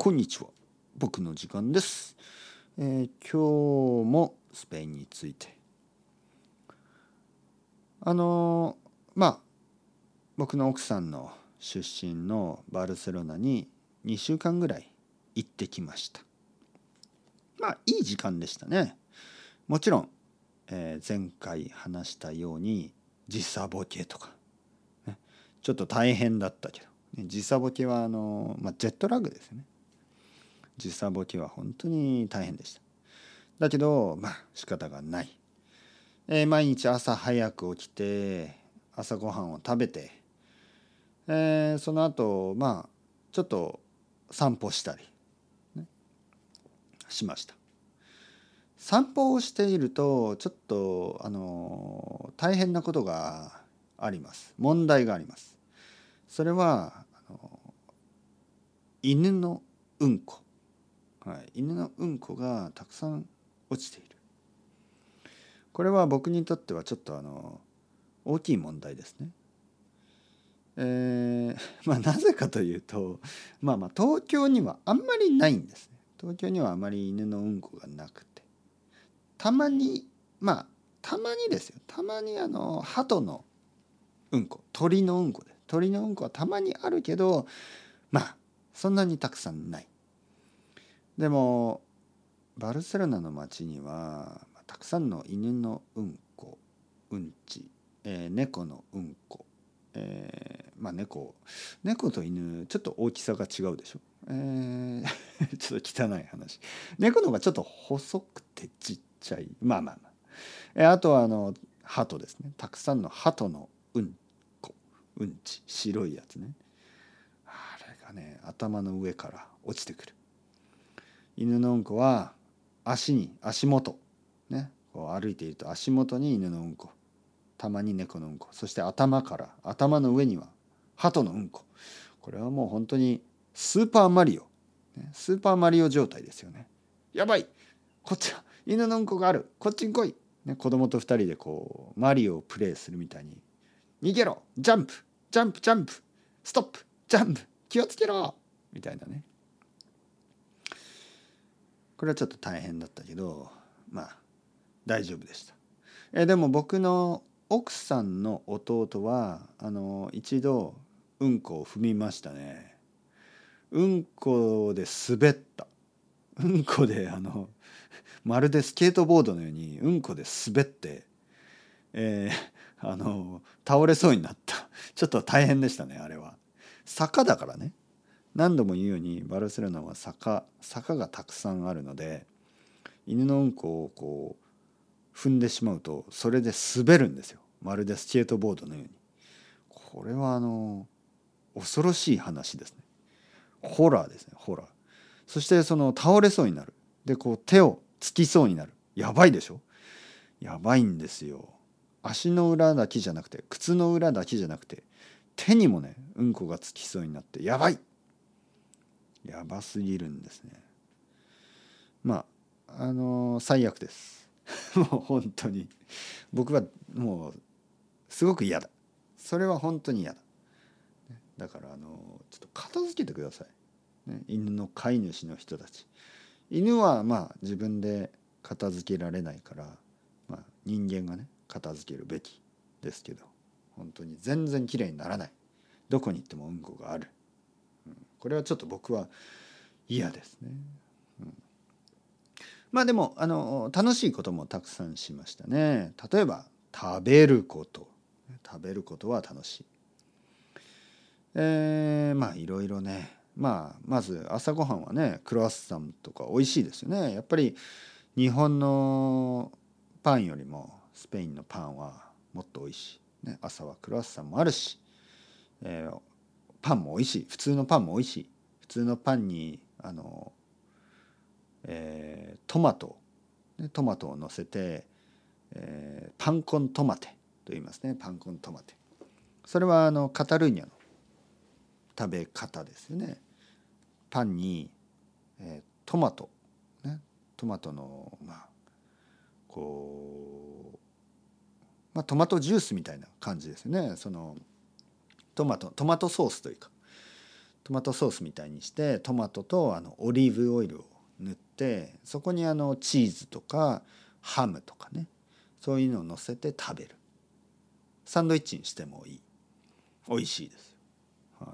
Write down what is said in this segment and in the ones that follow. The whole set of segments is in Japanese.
こんにちは。僕の時間です。今日もスペインについて。まあ僕の奥さんの出身のバルセロナに2週間ぐらい行ってきました。いい時間でしたね。もちろん、前回話したように時差ボケとか、ね、ちょっと大変だったけど、時差ボケはジェットラグですよね。時差ボケは本当に大変でした。だけど仕方がない。毎日朝早く起きて朝ごはんを食べて、その後ちょっと散歩したり、ね、しました。散歩をしているとちょっと大変なことがあります。問題があります。それは犬のうんこ、犬のうんこがたくさん落ちている。これは僕にとってはちょっと大きい問題ですね。なぜかというと東京にはあんまりないんですね。東京にはあまり犬のうんこがなくて、たまにですよ。たまに鳩のうんこ、鳥のうんこで鳥のうんこはたまにあるけどそんなにたくさんない。でもバルセロナの街にはたくさんの犬のうんこ、うんち、猫のうんこ、猫と犬ちょっと大きさが違うでしょ。ちょっと汚い話。猫の方がちょっと細くてちっちゃい。あとは鳩ですね。たくさんの鳩のうんこ、うんち、白いやつね。あれがね、頭の上から落ちてくる。犬のうんこは足元ね、こう歩いていると足元に犬のうんこ、たまに猫のうんこ、そして頭の上には鳩のうんこ。これはもう本当にスーパーマリオ、スーパーマリオ状態ですよね。やばい、こっちは犬のうんこがある、こっちに来い、子供と2人でこうマリオをプレイするみたいに、逃げろ、ジャンプジャンプジャンプ、ストップジャンプ、気をつけろみたいなね。これはちょっと大変だったけど大丈夫でした。でも僕の奥さんの弟は一度うんこを踏みましたね。うんこで滑った。うんこでまるでスケートボードのようにうんこで滑って、倒れそうになった。ちょっと大変でしたね、あれは。坂だからね。何度も言うようにバルセロナは坂がたくさんあるので、犬のうんこをこう踏んでしまうとそれで滑るんですよ。まるでスケートボードのように。これは恐ろしい話ですね。ホラーですね、ホラー。そして倒れそうになる。でこう手をつきそうになる。やばいでしょ。やばいんですよ。足の裏だけじゃなくて、靴の裏だけじゃなくて、手にもねうんこがつきそうになって、やばい、やばすぎるんですね。最悪です。もう本当に僕はもうすごく嫌だ。それは本当に嫌だ。だからちょっと片付けてください、犬の飼い主の人たち。犬は自分で片付けられないから、人間がね片付けるべきですけど、本当に全然きれいにならない。どこに行ってもうんこがある、これはちょっと僕は嫌ですね。でも楽しいこともたくさんしましたね。例えば食べることは楽しい。いろいろね。まず朝ごはんはね、クロワッサンとか美味しいですよね。やっぱり日本のパンよりもスペインのパンはもっと美味しい、朝はクロワッサンもあるし、パンも美味しい。普通のパンも美味しい。普通のパンにトマトを乗せて、パンコントマテと言いますね。パンコントマテ。それはカタルーニャの食べ方ですよね。パンに、トマトのトマトジュースみたいな感じですね。トマトソースというかトマトソースみたいにしてトマトとオリーブオイルを塗ってそこにチーズとかハムとかねそういうのを乗せて食べる。サンドイッチにしてもいい。美味しいです。はい、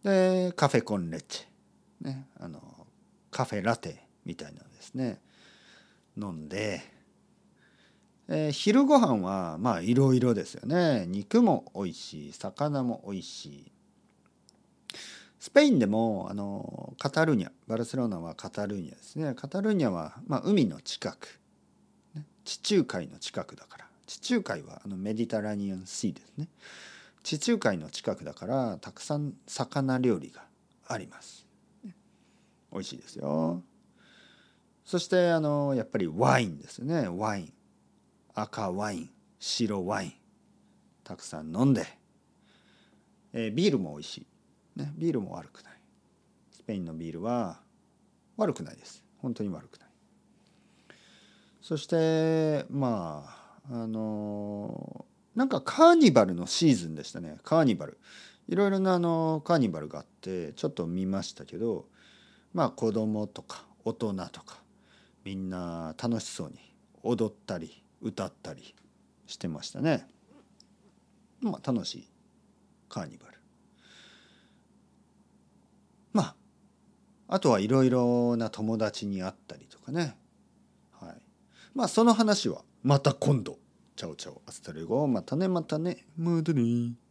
でカフェコンレッチェ、ね、カフェラテみたいなのですね飲んで、昼ご飯はまあいろいろですよね。肉も美味しい、魚も美味しい。スペインでもカタルーニャ、バルセロナはカタルーニャですね。カタルーニャは、まあ、海の近く、ね、地中海の近くだから、地中海はメディタラニアンシーですね。地中海の近くだからたくさん魚料理があります。美味しいですよ。そしてやっぱりワインですね。ワイン、赤ワイン、白ワインたくさん飲んで、ビールも美味しい、ね、ビールも悪くない。スペインのビールは悪くないです。本当に悪くない。そしてまあなんかカーニバルのシーズンでしたね。カーニバルいろいろなカーニバルがあってちょっと見ましたけど、まあ子供とか大人とかみんな楽しそうに踊ったり歌ったりしてましたね。まあ楽しいカーニバル。まああとはいろいろな友達に会ったりとかね。はい。まあその話はまた今度。チャオチャオアスタレゴまたねまたねまたね。